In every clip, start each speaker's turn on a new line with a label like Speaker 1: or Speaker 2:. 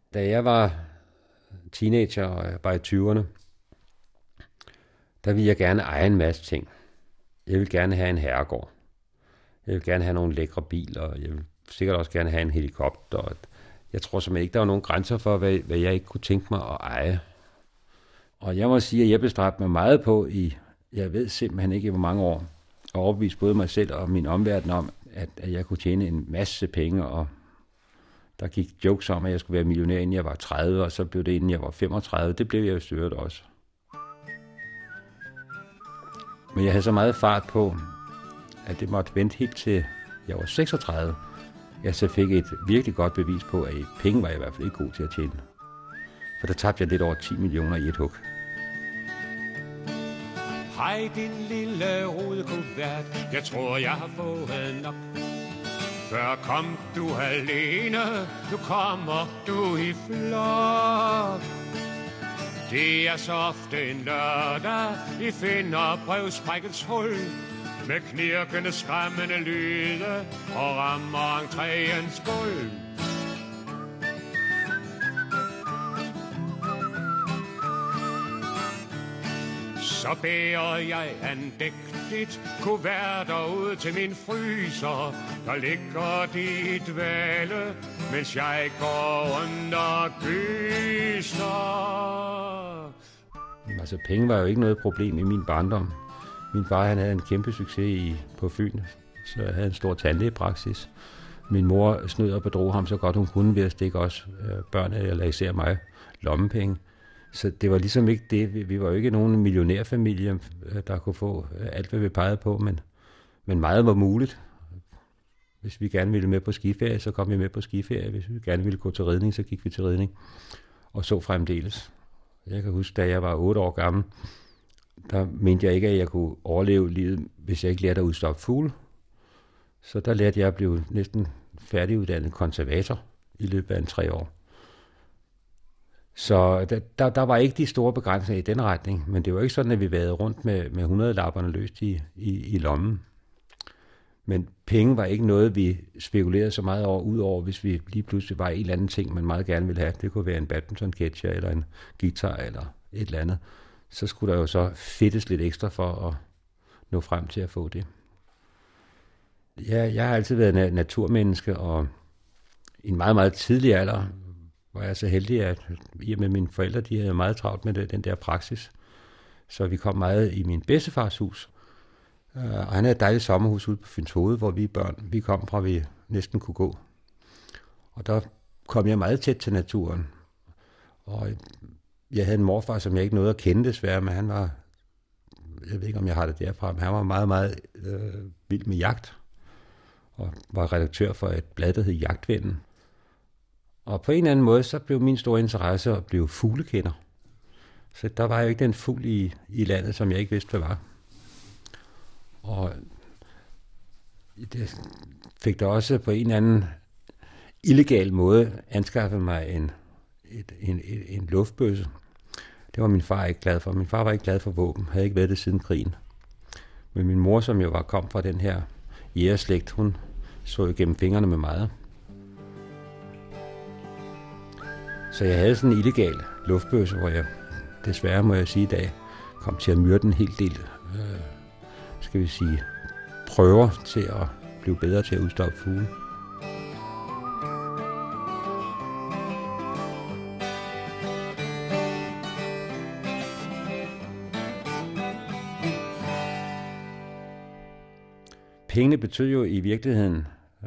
Speaker 1: Da jeg var teenager og var i 20'erne, der ville jeg gerne eje en masse ting. Jeg ville gerne have en herregård. Jeg ville gerne have nogle lækre biler, og jeg ville sikkert også gerne have en helikopter. Jeg tror simpelthen ikke, der var nogen grænser for, hvad jeg ikke kunne tænke mig at eje. Og jeg må sige, at jeg bestræbte mig meget på jeg ved simpelthen ikke, hvor mange år, og overbevise både mig selv og min omverden om, at jeg kunne tjene en masse penge, og der gik jokes om, at jeg skulle være millionær, inden jeg var 30, og så blev det, inden jeg var 35. Det blev jeg jo styret også. Men jeg havde så meget fart på, at det måtte vente helt til jeg var 36. Jeg så fik et virkelig godt bevis på, at penge var jeg i hvert fald ikke god til at tjene. For der tabte jeg lidt over 10 millioner i et hug.
Speaker 2: Hej din lille rodekuvert, jeg tror jeg har fået nok. Før kom du alene, nu kommer du i flok. Det er så ofte en lørdag, I finder brevsprækkens hul. Med knirkende, skræmmende lyde og rammer entréens gulv. Så bærer jeg andægtigt kuverter ud til min fryser. Der ligger de i dvale, mens jeg går rundt og gyser.
Speaker 1: Altså penge var jo ikke noget problem i min barndom. Min far han havde en kæmpe succes på Fyn, så jeg havde en stor tandlægepraksis. Min mor snød og bedrog ham så godt hun kunne ved at stikke os børn, eller især mig, lommepenge. Så det var ligesom ikke det. Vi var jo ikke nogen millionærfamilie, der kunne få alt, hvad vi pegede på, men meget var muligt. Hvis vi gerne ville med på skiferie, så kom vi med på skiferie. Hvis vi gerne ville gå til ridning, så gik vi til ridning. Og så fremdeles. Jeg kan huske, da jeg var 8 år gammel, der mente jeg ikke, at jeg kunne overleve livet, hvis jeg ikke lærte at udstoppe fugle. Så der lærte jeg at blive næsten færdiguddannet konservator i løbet af 3 år. Så der var ikke de store begrænsninger i den retning, men det var ikke sådan, at vi vadede rundt med 100-lapperne løst i lommen. Men penge var ikke noget, vi spekulerede så meget over, udover hvis vi lige pludselig var en eller anden ting, man meget gerne ville have. Det kunne være en badminton-catcher eller en guitar eller et eller andet. Så skulle der jo så fedtes lidt ekstra for at nå frem til at få det. Jeg har altid været naturmenneske, og i en meget, meget tidlig alder var jeg så heldig, at i og med mine forældre, de havde meget travlt med den der praksis. Så vi kom meget i min bedstefars hus. Og han havde et dejligt sommerhus ude på Fyns Hoved, hvor vi børn, vi kom fra, vi næsten kunne gå. Og der kom jeg meget tæt til naturen. Og jeg havde en morfar, som jeg ikke nåede at kende desværre, men han var, jeg ved ikke om jeg har det derfra, men han var meget, meget vild med jagt. Og var redaktør for et blad, der hed Jagtvennen. Og på en eller anden måde, så blev min store interesse at blive fuglekender. Så der var jo ikke den fugl i landet, som jeg ikke vidste, hvad var. Og det fik der også på en eller anden illegal måde anskaffet mig en luftbøsse. Det var min far ikke glad for. Min far var ikke glad for våben, havde ikke været det siden krigen. Men min mor, som jo kom fra den her jægerslægt, hun så jo gennem fingrene med meget. Så jeg havde sådan en illegal luftbøsse, hvor jeg desværre, må jeg sige i dag, kom til at myrde en hel del, skal vi sige, prøver til at blive bedre til at udstoppe fugle. Pengene betød jo i virkeligheden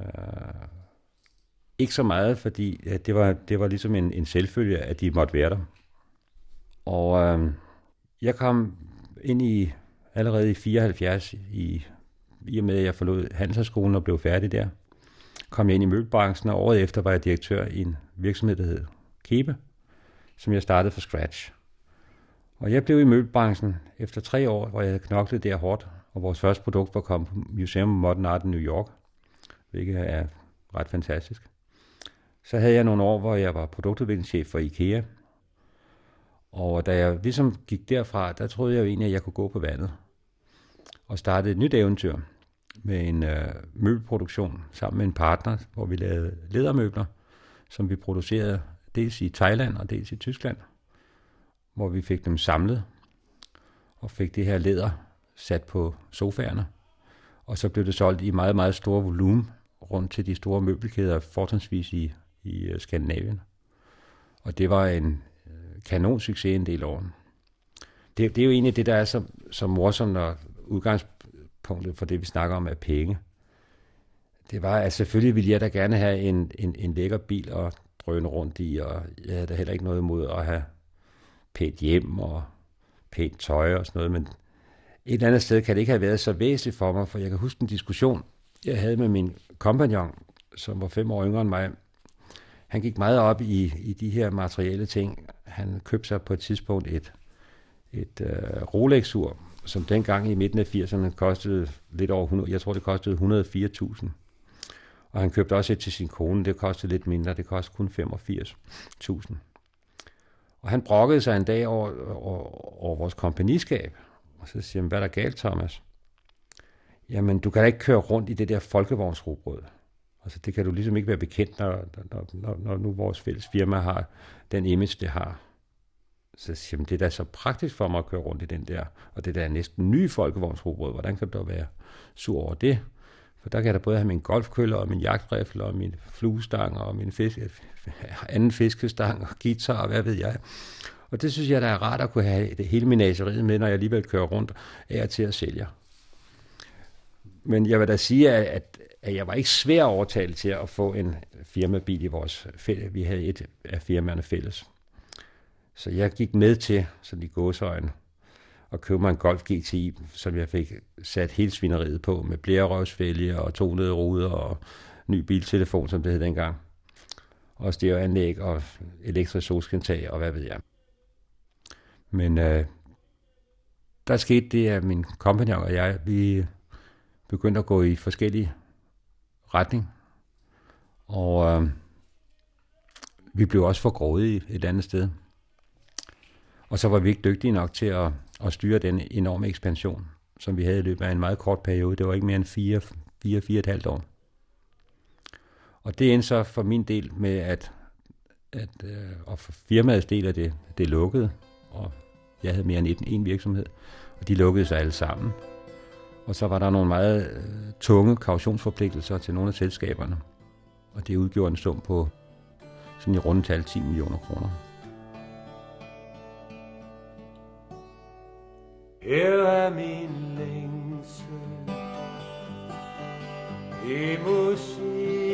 Speaker 1: ikke så meget, fordi det var ligesom en selvfølge, at de måtte være der. Og jeg kom ind allerede i 74, i og med at jeg forlod Handelshøjskolen og blev færdig der, kom jeg ind i møbelbranchen, og året efter var jeg direktør i en virksomhed, der hed Kebe, som jeg startede fra scratch. Og jeg blev i møbelbranchen efter 3 år, hvor jeg havde knoklet der hårdt, og vores første produkt var kommet på Museum of Modern Art i New York, hvilket er ret fantastisk. Så havde jeg nogle år, hvor jeg var produktudviklingschef for IKEA. Og da jeg ligesom gik derfra, der troede jeg jo egentlig, at jeg kunne gå på vandet. Og starte et nyt eventyr med en møbelproduktion sammen med en partner, hvor vi lavede lædermøbler, som vi producerede dels i Thailand og dels i Tyskland, hvor vi fik dem samlet og fik det her læder sat på sofaerne. Og så blev det solgt i meget, meget store volumen rundt til de store møbelkæder, fortrinsvis i Skandinavien. Og det var en kanonsucces en del år. Det er jo egentlig det, der er så morsomt, når udgangspunktet for det, vi snakker om, er penge. Det var, at selvfølgelig ville jeg da gerne have en lækker bil at drøne rundt i, og jeg havde da heller ikke noget imod at have pænt hjem og pænt tøj og sådan noget, men et eller andet sted kan det ikke have været så væsentligt for mig, for jeg kan huske en diskussion, jeg havde med min kompagnon, som var 5 år yngre end mig. Han gik meget op i de her materielle ting. Han købte sig på et tidspunkt et Rolex-ur, som dengang i midten af 80'erne kostede lidt over 100, jeg tror det kostede 104.000. Og han købte også et til sin kone, det kostede lidt mindre, det kostede kun 85.000. Og han brokkede sig en dag over vores kompagniskab, og så siger han, hvad er der galt, Thomas? Jamen, du kan da ikke køre rundt i det der folkevognsrugbrød. Altså, det kan du ligesom ikke være bekendt, når nu vores fælles firma har den image, det har. Så siger han, det er da så praktisk for mig at køre rundt i den der, og det der er næsten nye folkevognsrugbrød. Hvordan kan du da være sur over det? For der kan jeg da både have min golfkøller, og min jagtrifle, og min fluestang, og min anden fiskestang, og guitar, og hvad ved jeg. Og det synes jeg, der er rart at kunne have det hele menageriet med, når jeg alligevel kører rundt af og til at sælge. Men jeg vil da sige, at jeg var ikke svær at overtale til at få en firmabil i vores fælles. Vi havde et af firmaerne fælles. Så jeg gik med til, sådan i gåseøjne, at købe mig en Golf GTI, som jeg fik sat hele svineriet på, med blærerøvsfælge og tonede ruder og ny biltelefon, som det hed dengang. Og stereoanlæg og elektrisk solskindtag og hvad ved jeg. Men der skete det, at min kompagnon og jeg, vi begyndte at gå i forskellige retning. Og vi blev også for grådige et andet sted. Og så var vi ikke dygtige nok til at styre den enorme ekspansion, som vi havde i løbet af en meget kort periode. Det var ikke mere end 4,5 år. Og det endte så for min del med, og for firmaets del af det lukkede, og jeg havde mere end en virksomhed, og de lukkede sig alle sammen. Og så var der nogle meget tunge kautionsforpligtelser til nogle af selskaberne, og det udgjorde en sum på sådan i rundetal 10 millioner kroner.
Speaker 2: Her er min længsel i musik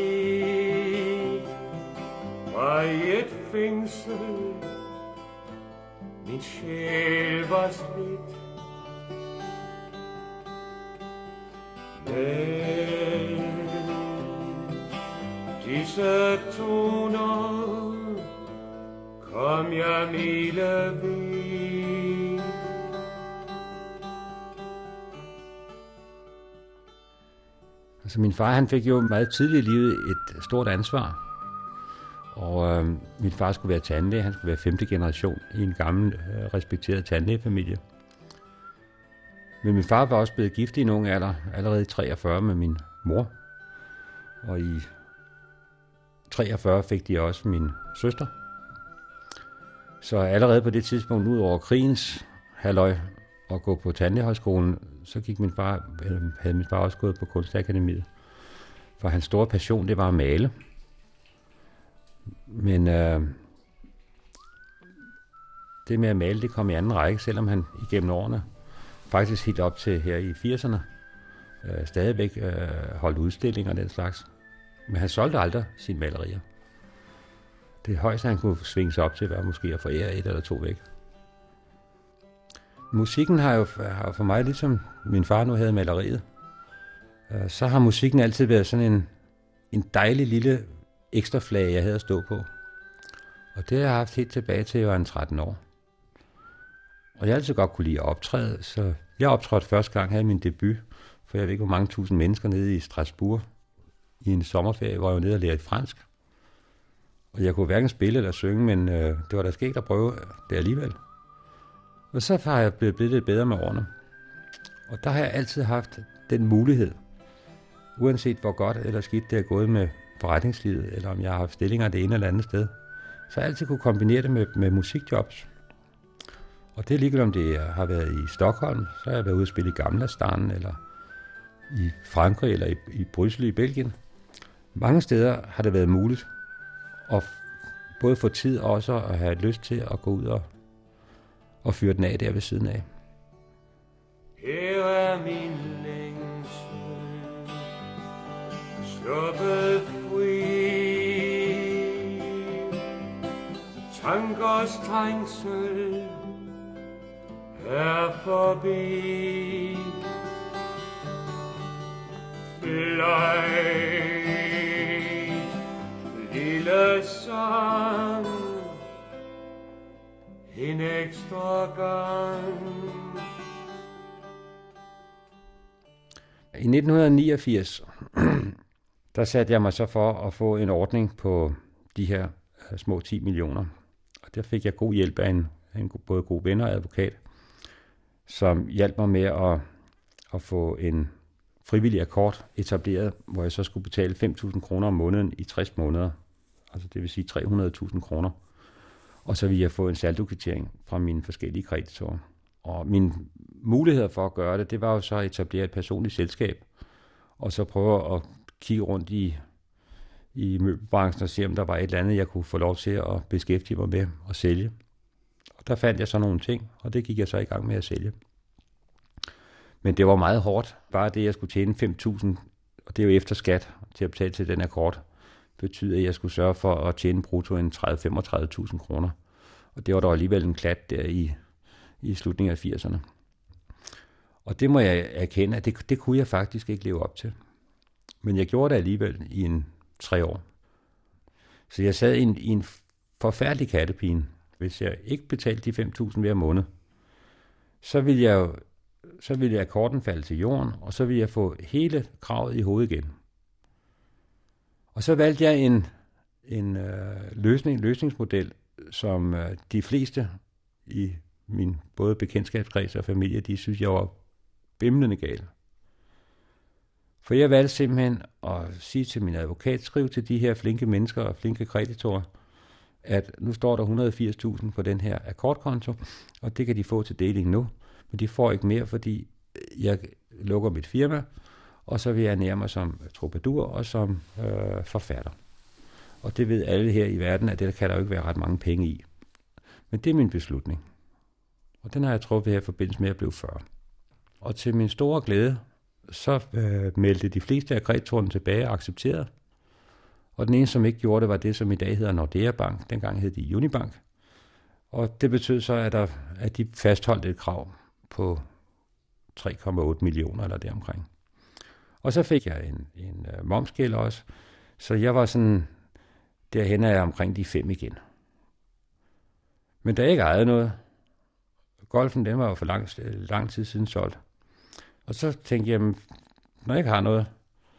Speaker 2: fra et fængsel. Min sjæl var slidt, men disse toner kom jeg milevid.
Speaker 1: Altså min far, han fik jo meget tidligt i livet et stort ansvar. Og min far skulle være tandlæge, han skulle være 5. generation i en gammel, respekteret tandlægefamilie. Men min far var også blevet gift i en ung alder, allerede i 43 med min mor. Og i 43 fik de også min søster. Så allerede på det tidspunkt, ud over krigens halløj og gå på tandlægehøjskolen, så havde min far også gået på Kunstakademiet. For hans store passion, det var at male. Men det med at male, det kom i anden række, selvom han igennem årene, faktisk helt op til her i 80'erne, stadigvæk holdt udstillinger og den slags. Men han solgte aldrig sine malerier. Det højeste, han kunne svinge sig op til, var måske at forære 1 eller 2 væk. Musikken har jo for mig, ligesom min far nu havde maleriet, så har musikken altid været sådan en dejlig lille ekstra flag, jeg havde at stå på. Og det har jeg haft helt tilbage til, jeg var en 13 år. Og jeg altid godt kunne lide at optræde, så jeg optrådte første gang, havde min debut, for jeg ved ikke, hvor mange tusind mennesker nede i Strasbourg i en sommerferie, hvor jeg var nede og lærte fransk. Og jeg kunne hverken spille eller synge, men det var da skægt at prøve det alligevel. Og så har jeg blevet lidt bedre med årene. Og der har jeg altid haft den mulighed, uanset hvor godt eller skidt det er gået med forretningslivet, eller om jeg har haft stillinger det ene eller andet sted, Så jeg altid kunne kombinere det med musikjobs. Og det er ligegyldigt, om det har været i Stockholm, så har jeg været ude at spille i Gamla-Stan, eller i Frankrig, eller i Bryssel i Belgien. Mange steder har det været muligt at både få tid og også at have lyst til at gå ud og fyre den af der ved siden af.
Speaker 2: Her er min længsel, sluppet fri. Tankers trængsel er forbi. Fløjt, lille sang, en ekstra gang.
Speaker 1: I 1989, der satte jeg mig så for at få en ordning på de her små 10 millioner. Og der fik jeg god hjælp af en både god ven og advokat, som hjalp mig med at få en frivillig akkord etableret, hvor jeg så skulle betale 5.000 kroner om måneden i 60 måneder. Altså det vil sige 300.000 kroner. Og så ville jeg få en saldokvittering fra mine forskellige kreditorer. Og mine muligheder for at gøre det var jo så at etablere et personligt selskab, og så prøve at kigge rundt i møbelbranchen og se, om der var et eller andet, jeg kunne få lov til at beskæftige mig med og sælge. Og der fandt jeg så nogle ting, og det gik jeg så i gang med at sælge. Men det var meget hårdt. Bare det, jeg skulle tjene 5.000, og det er jo efter skat til at betale til den akkord, betyder, at jeg skulle sørge for at tjene brutto en 30-35.000 kroner. Og det var der alligevel en klat der i slutningen af 80'erne. Og det må jeg erkende, at det kunne jeg faktisk ikke leve op til. Men jeg gjorde det alligevel i 3 år. Så jeg sad i en forfærdelig kattepine. Hvis jeg ikke betalte de 5.000 hver måned, så ville akkorden falde til jorden, og så ville jeg få hele kravet i hovedet igen. Og så valgte jeg en løsningsmodel, som de fleste i min både bekendtskabskreds og familie, de synes, jeg var bimlende gal. For jeg valgte simpelthen at sige til min advokat, skriv til de her flinke mennesker og flinke kreditorer, at nu står der 180.000 på den her akkordkonto, og det kan de få til deling nu, men de får ikke mere, fordi jeg lukker mit firma, og så vil jeg ernære mig som troubadour og som forfatter. Og det ved alle her i verden, at det kan der jo ikke være ret mange penge i. Men det er min beslutning. Og den har jeg truffet her i forbindelse med at blive 40. Og til min store glæde, så meldte de fleste af kreditorerne tilbage og accepterede. Og den eneste, som ikke gjorde det, var det, som i dag hedder Nordea Bank. Dengang hed de Unibank. Og det betød så, at de fastholdt et krav på 3,8 millioner eller deromkring. Og så fik jeg en momsgæld også. Så jeg var sådan, derhen er jeg omkring de 5 igen. Men da jeg ikke ejede noget, golfen, den var jo for lang tid siden solgt. Og så tænkte jeg, når jeg ikke har noget,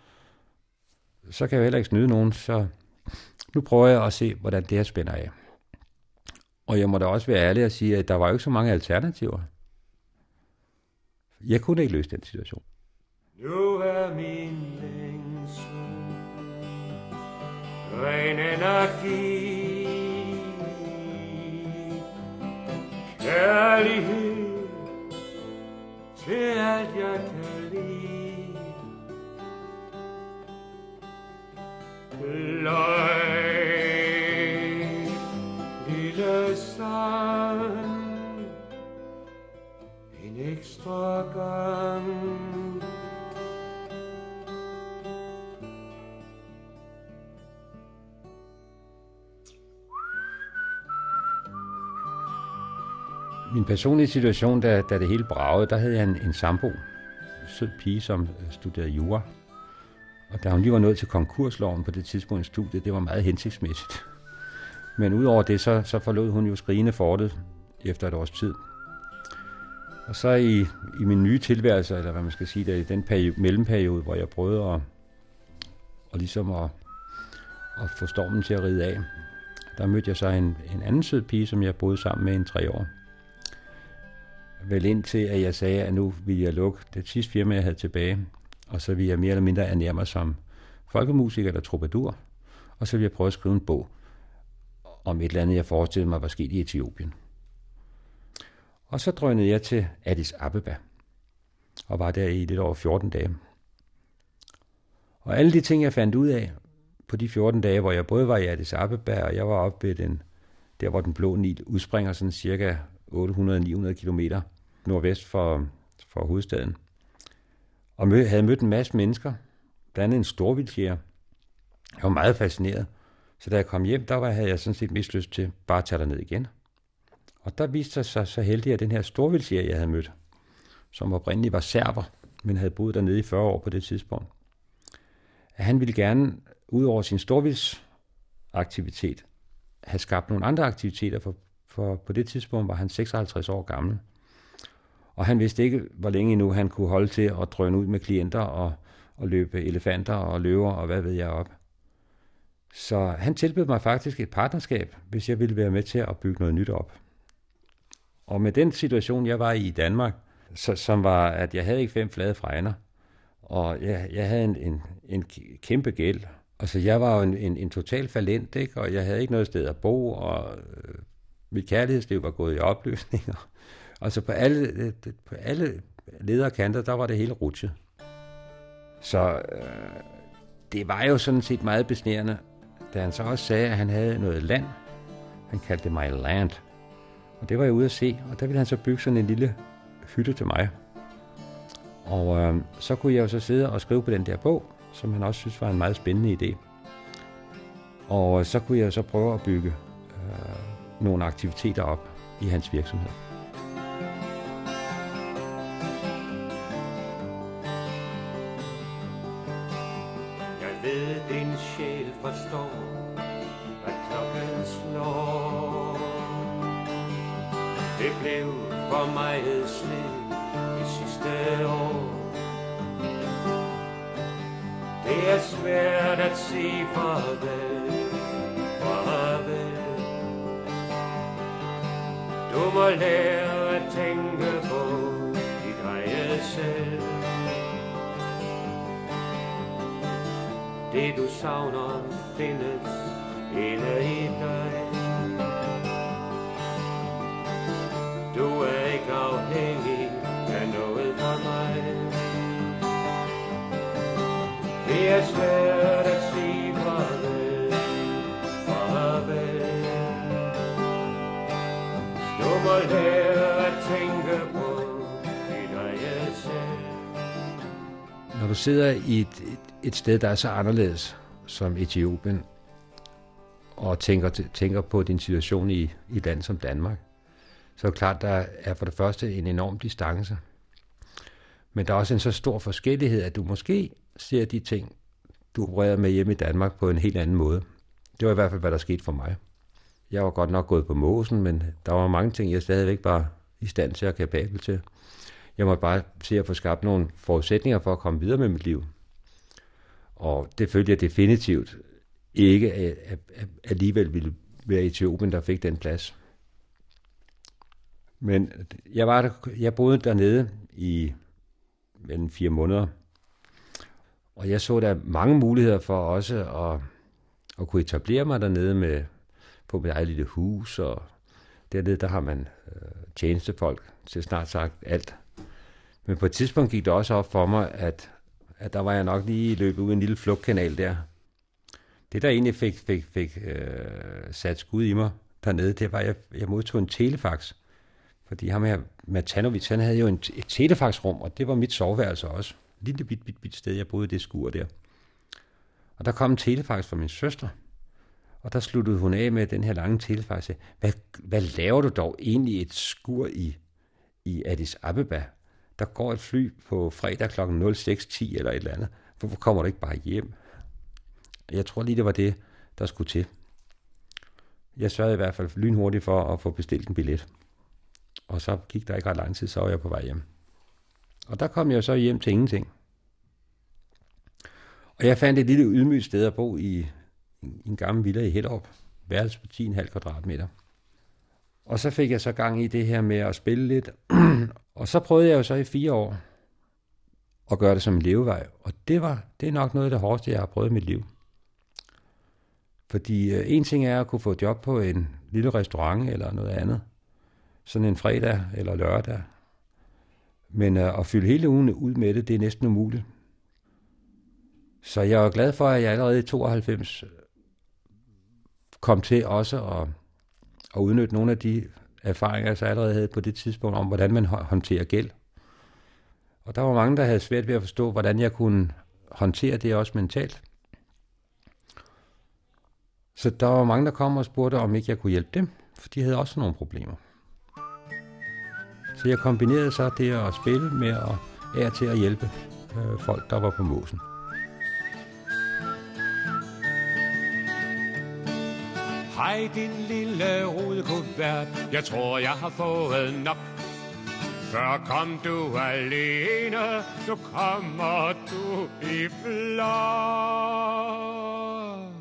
Speaker 1: så kan jeg heller ikke snyde nogen, så nu prøver jeg at se, hvordan det her spænder af. Og jeg må da også være ærlig at sige, at der var jo ikke så mange alternativer. Jeg kunne ikke løse den situation.
Speaker 2: Nu er min længsel ren energi, kærlighed til alt jeg kan lide. Løg, lille sang, en ekstra gang.
Speaker 1: Min personlige situation, da det hele bragede, der havde jeg en sambo, en sød pige, som studerede jura. Og da hun lige var nået til konkursloven på det tidspunkt i studiet, det var meget hensigtsmæssigt. Men udover det, så forlod hun jo skrigende fortet efter et års tid. Og så i min nye tilværelse, eller hvad man skal sige, der i den mellemperiode, hvor jeg prøvede at få stormen til at ride af, der mødte jeg så en anden sød pige, som jeg boede sammen med i 3 år. Vel indtil, at jeg sagde, at nu ville jeg lukke det sidste firma, jeg havde tilbage, og så ville jeg mere eller mindre ernære mig som folkemusiker eller troubadour, og så ville jeg prøve at skrive en bog. om et eller andet, jeg forestillede mig var sket i Etiopien. Og så drønede jeg til Addis Abeba, og var der i lidt over 14 dage. Og alle de ting, jeg fandt ud af på de 14 dage, hvor jeg både var i Addis Abeba, og jeg var oppe ved der hvor den blå Nil udspringer sådan cirka 800-900 kilometer nordvest for hovedstaden. Og havde mødt en masse mennesker, blandt andet en storvildtjæger. Jeg var meget fascineret. Så da jeg kom hjem, havde jeg sådan set mest lyst til bare at tage derned igen. Og der viste sig så heldig, at den her storvildtjæger, jeg havde mødt, som oprindeligt var serber, men havde boet dernede i 40 år på det tidspunkt, at han ville gerne, ud over sin storvildsaktivitet, have skabt nogle andre aktiviteter, for på det tidspunkt var han 56 år gammel. Og han vidste ikke, hvor længe endnu han kunne holde til at drøne ud med klienter og løbe elefanter og løver og hvad ved jeg op. Så han tilbød mig faktisk et partnerskab, hvis jeg ville være med til at bygge noget nyt op. Og med den situation, jeg var i Danmark, som var, at jeg havde ikke 5 flade fregner, og jeg havde en kæmpe gæld. Altså, jeg var jo en total fallent, ikke? Og jeg havde ikke noget sted at bo, og mit kærlighedsliv var gået i opløsninger. Altså, på alle lederkanter, der var det hele rutsjet. Så det var jo sådan set meget besnærende, da han så også sagde, at han havde noget land. Han kaldte det My Land. Og det var jeg ude at se, og der ville han så bygge sådan en lille hytte til mig. Og så kunne jeg jo så sidde og skrive på den der bog, som han også synes var en meget spændende idé. Og så kunne jeg så prøve at bygge nogle aktiviteter op i hans virksomhed.
Speaker 2: Jeg ved, din sjæl forstår, at klokken slår. Det blev for meget slid de sidste år. Det er svært at sige farvel, farvel. Du må lære at tænke på dit eget selv. Det du savner findes inde i dig. Du er ikke afhængig af noget fra mig. Det er svært at sige farvel, farvel. Du må lære at tænke på dit eget selv.
Speaker 1: Når du sidder i et sted, der er så anderledes som Etiopien, og tænker på din situation i et land som Danmark, så er det klart, der er for det første en enorm distance. Men der er også en så stor forskellighed, at du måske ser de ting, du opererer med hjemme i Danmark på en helt anden måde. Det var i hvert fald, hvad der skete for mig. Jeg var godt nok gået på måsen, men der var mange ting, jeg stadigvæk var i stand til og kapabel til. Jeg måtte bare se at få skabt nogle forudsætninger for at komme videre med mit liv. Og det følte jeg definitivt ikke alligevel ville være Etiopien, der fik den plads. Men jeg boede dernede i mellem 4 måneder, og jeg så der mange muligheder for også at kunne etablere mig dernede på mit eget lille hus, og dernede der har man tjenestefolk til snart sagt alt. Men på et tidspunkt gik det også op for mig, at der var jeg nok lige løbet ud i en lille flugtkanal der. Det der egentlig fik sat skud i mig dernede, det var, at jeg modtog en telefax. Fordi ham her, Matanovic, han havde jo et telefaxrum, og det var mit soveværelse også. Et lille bit sted, jeg boede i det skur der. Og der kom en telefax fra min søster, og der sluttede hun af med den her lange telefax. Hvad laver du dog egentlig i et skur i Addis Abeba? Der går et fly på fredag kl. 06:10 eller et eller andet. Hvorfor kommer du ikke bare hjem? Jeg tror lige, det var det, der skulle til. Jeg sørgede i hvert fald lynhurtigt for at få bestilt en billet. Og så gik der ikke ret lang tid, så var jeg på vej hjem. Og der kom jeg så hjem til ingenting. Og jeg fandt et lille ydmygt sted at bo i en gammel villa i Hellerup. Værelse på 10,5 kvadratmeter. Og så fik jeg så gang i det her med at spille lidt. Og så prøvede jeg jo så i 4 år at gøre det som en levevej. Og det er nok noget af det hårdeste, jeg har prøvet i mit liv. Fordi en ting er at kunne få job på en lille restaurant eller noget andet, sådan en fredag eller lørdag. Men at fylde hele ugen ud med det er næsten umuligt. Så jeg er glad for, at jeg allerede i 92 kom til også at udnytte nogle af de erfaringer, jeg allerede havde på det tidspunkt, om hvordan man håndterer gæld. Og der var mange, der havde svært ved at forstå, hvordan jeg kunne håndtere det også mentalt. Så der var mange, der kom og spurgte, om ikke jeg kunne hjælpe dem, for de havde også nogle problemer. Så jeg kombinerede så det at spille med at til at hjælpe folk, der var på måsen.
Speaker 2: Hej din lille rudekuvert, jeg tror jeg har fået nok. Før kom du alene, nu kommer du i flok.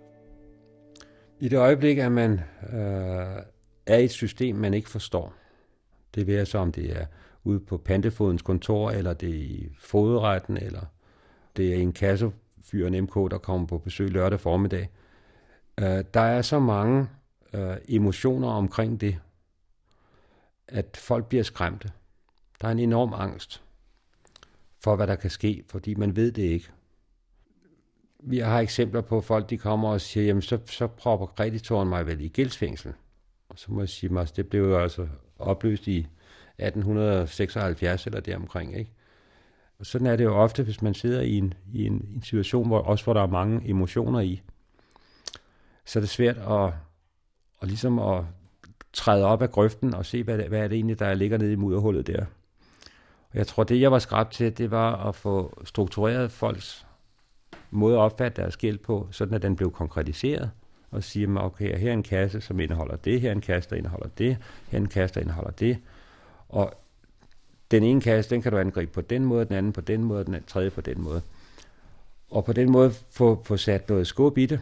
Speaker 1: I det øjeblik, at man er i et system, man ikke forstår, det vil jeg så, om det er ude på Pantefodens kontor, eller det er i fodretten, eller det er en kassefyr, en MK, der kommer på besøg lørdag formiddag. Der er så mange emotioner omkring det, at folk bliver skræmte. Der er en enorm angst for, hvad der kan ske, fordi man ved det ikke. Vi har eksempler på folk, de kommer og siger, jamen så propper kreditoren mig vel i gældsfængsel. Og så må jeg sige, at det blev jo altså opløst i 1876 eller deromkring, ikke? Og sådan er det jo ofte, hvis man sidder i en situation, hvor der er mange emotioner i. Så er det svært at træde op af grøften og se, hvad er det egentlig, der ligger nede i mudderhullet der. Og jeg tror, det jeg var skræbt til, det var at få struktureret folks måde at opfatte deres gæld på, sådan at den blev konkretiseret, og sige, okay, her er en kasse, som indeholder det, her er en kasse, der indeholder det, her er en kasse, der indeholder det. Og den ene kasse, den kan du angribe på den måde, den anden på den måde, den tredje på den måde. Og på den måde få sat noget skub i det.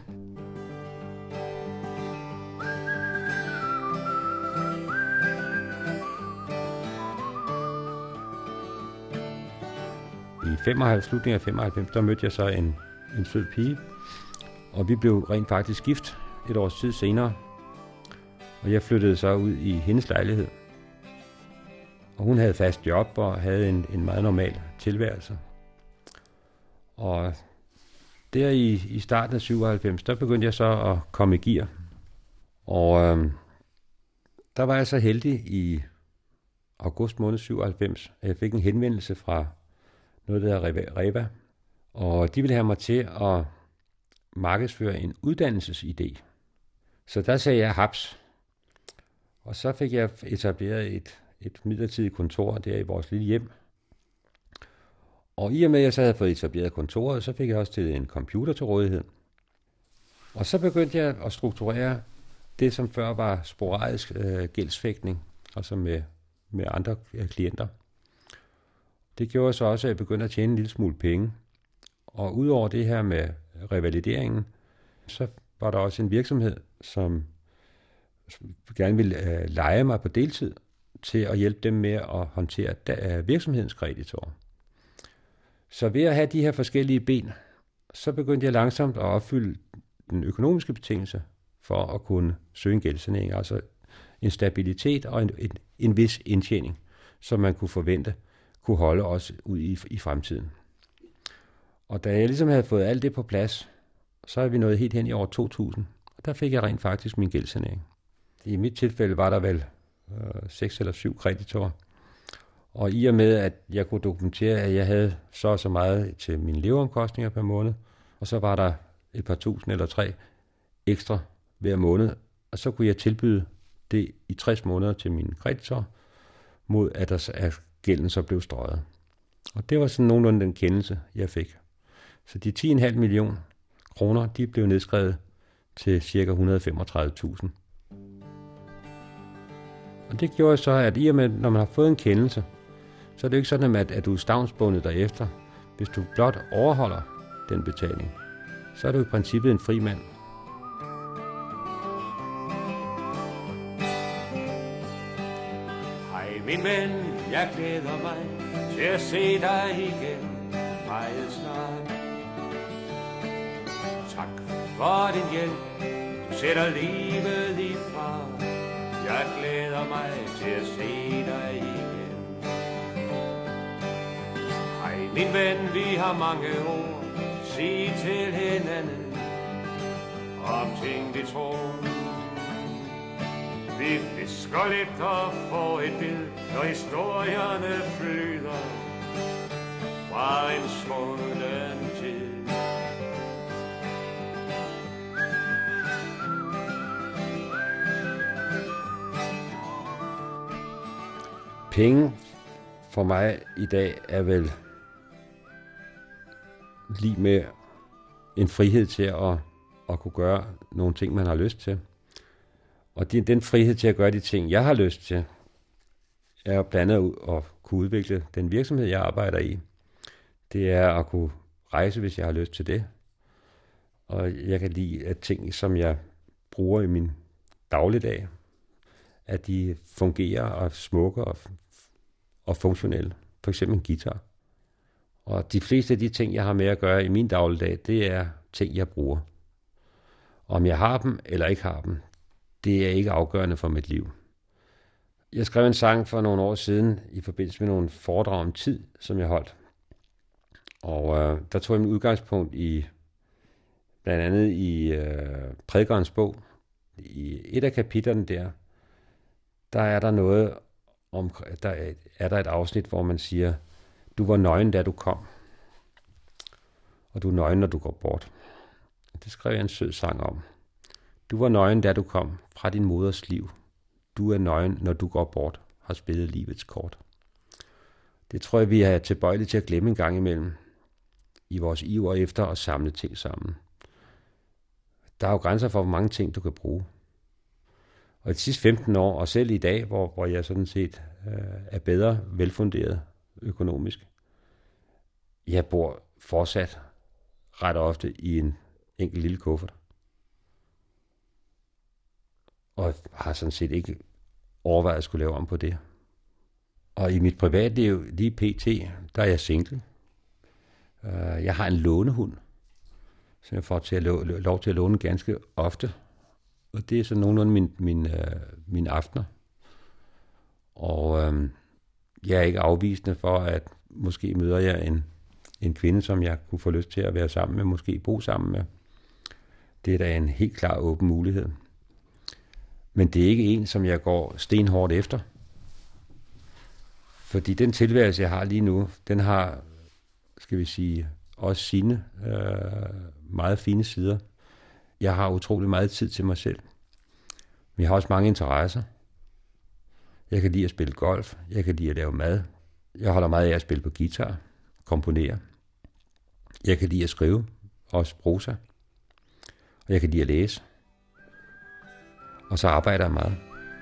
Speaker 1: I slutningen af 95, der mødte jeg så en sød pige, og vi blev rent faktisk gift et års tid senere. Og jeg flyttede så ud i hendes lejlighed. Og hun havde fast job og havde en meget normal tilværelse. Og der i starten af 97, der begyndte jeg så at komme i gear. Og der var jeg så heldig i august måned 97, at jeg fik en henvendelse fra noget, der hedder Reva. Og de ville have mig til at markedsføre en uddannelsesidé. Så der sagde jeg haps. Og så fik jeg etableret et midlertidigt kontor der i vores lille hjem. Og i og med, at jeg så havde fået etableret kontoret, så fik jeg også til en computer til rådighed. Og så begyndte jeg at strukturere det, som før var sporadisk gældsfægtning, altså med andre klienter. Det gjorde så også, at jeg begyndte at tjene en lille smule penge. Og udover det her med revalideringen, så var der også en virksomhed, som gerne ville leje mig på deltid til at hjælpe dem med at håndtere virksomhedens kreditorer. Så ved at have de her forskellige ben, så begyndte jeg langsomt at opfylde den økonomiske betingelse for at kunne søge en gældssanering, altså en stabilitet og en vis indtjening, som man kunne forvente kunne holde os ud i fremtiden. Og da jeg ligesom havde fået alt det på plads, så er vi nået helt hen i år 2000, og der fik jeg rent faktisk min gældssanering. I mit tilfælde var der vel 6 eller 7 kreditorer. Og i og med, at jeg kunne dokumentere, at jeg havde så meget til mine leveomkostninger per måned, og så var der et par tusind eller 3 ekstra hver måned, og så kunne jeg tilbyde det i 60 måneder til mine kreditorer, mod at gælden så blev strøget. Og det var sådan nogenlunde den kendelse, jeg fik. Så de 10,5 millioner kroner, de blev nedskrevet til ca. 135.000. Og det gjorde så, at i og med, når man har fået en kendelse, så er det jo ikke sådan, at du er stavnsbundet derefter. Hvis du blot overholder den betaling, så er du i princippet en fri mand.
Speaker 2: Hej min ven, jeg glæder mig til at se dig igen meget snart. Tak for din hjælp. Du sætter livet i far. Jeg glæder mig til at se dig igen. Hej min ven, vi har mange ord sige til hinanden om ting vi tror. Vi fisker lidt og får et bid, når historierne flyder fra en svunden tid.
Speaker 1: Penge for mig i dag er vel lige med en frihed til at kunne gøre nogle ting, man har lyst til. Og den frihed til at gøre de ting, jeg har lyst til, er blandt andet at kunne udvikle den virksomhed, jeg arbejder i. Det er at kunne rejse, hvis jeg har lyst til det. Og jeg kan lide, at ting, som jeg bruger i min dagligdag, at de fungerer og er smukke og funktionelle. For eksempel en guitar. Og de fleste af de ting, jeg har med at gøre i min dagligdag, det er ting, jeg bruger. Om jeg har dem eller ikke har dem, det er ikke afgørende for mit liv. Jeg skrev en sang for nogle år siden i forbindelse med nogle foredrag om tid, som jeg holdt. Og der tog jeg min udgangspunkt i, blandt andet i prædikerens bog. I et af kapitlerne der er der noget om, der er der et afsnit, hvor man siger, du var nøgen, da du kom. Og du er nøgen, når du går bort. Det skrev jeg en sød sang om. Du var nøgen, da du kom fra din moders liv. Du er nøgen, når du går bort, har spillet livets kort. Det tror jeg, vi er tilbøjelige til at glemme en gang imellem, i vores iver efter at samle ting sammen. Der er jo grænser for, hvor mange ting du kan bruge. Og de sidste 15 år, og selv i dag, hvor jeg sådan set er bedre velfunderet økonomisk, jeg bor fortsat ret ofte i en enkelt lille kuffert. Og har sådan set ikke overvejet at skulle lave om på det. Og i mit privatliv, lige pt., der er jeg single. Jeg har en lånehund, som jeg får til lov til at låne ganske ofte. Og det er så nogenlunde mine aftener. Og jeg er ikke afvisende for, at måske møder jeg en kvinde, som jeg kunne få lyst til at være sammen med, måske bo sammen med. Det er da en helt klar åben mulighed. Men det er ikke en, som jeg går stenhårdt efter. Fordi den tilværelse, jeg har lige nu, den har, skal vi sige, også sine meget fine sider. Jeg har utrolig meget tid til mig selv. Men jeg har også mange interesser. Jeg kan lide at spille golf. Jeg kan lide at lave mad. Jeg holder meget af at spille på guitar, komponere. Jeg kan lide at skrive, også prosa. Og jeg kan lide at læse. Og så arbejder jeg meget.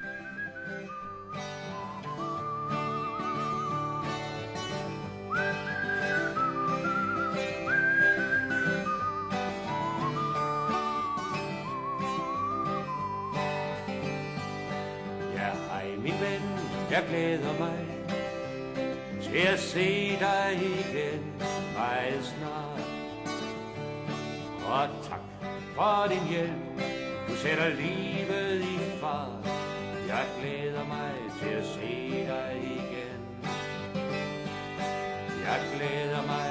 Speaker 2: Jeg glæder mig til at se dig igen meget snart. Og tak for din hjælp, du sætter livet i fart. Jeg glæder mig til at se dig igen. Jeg glæder mig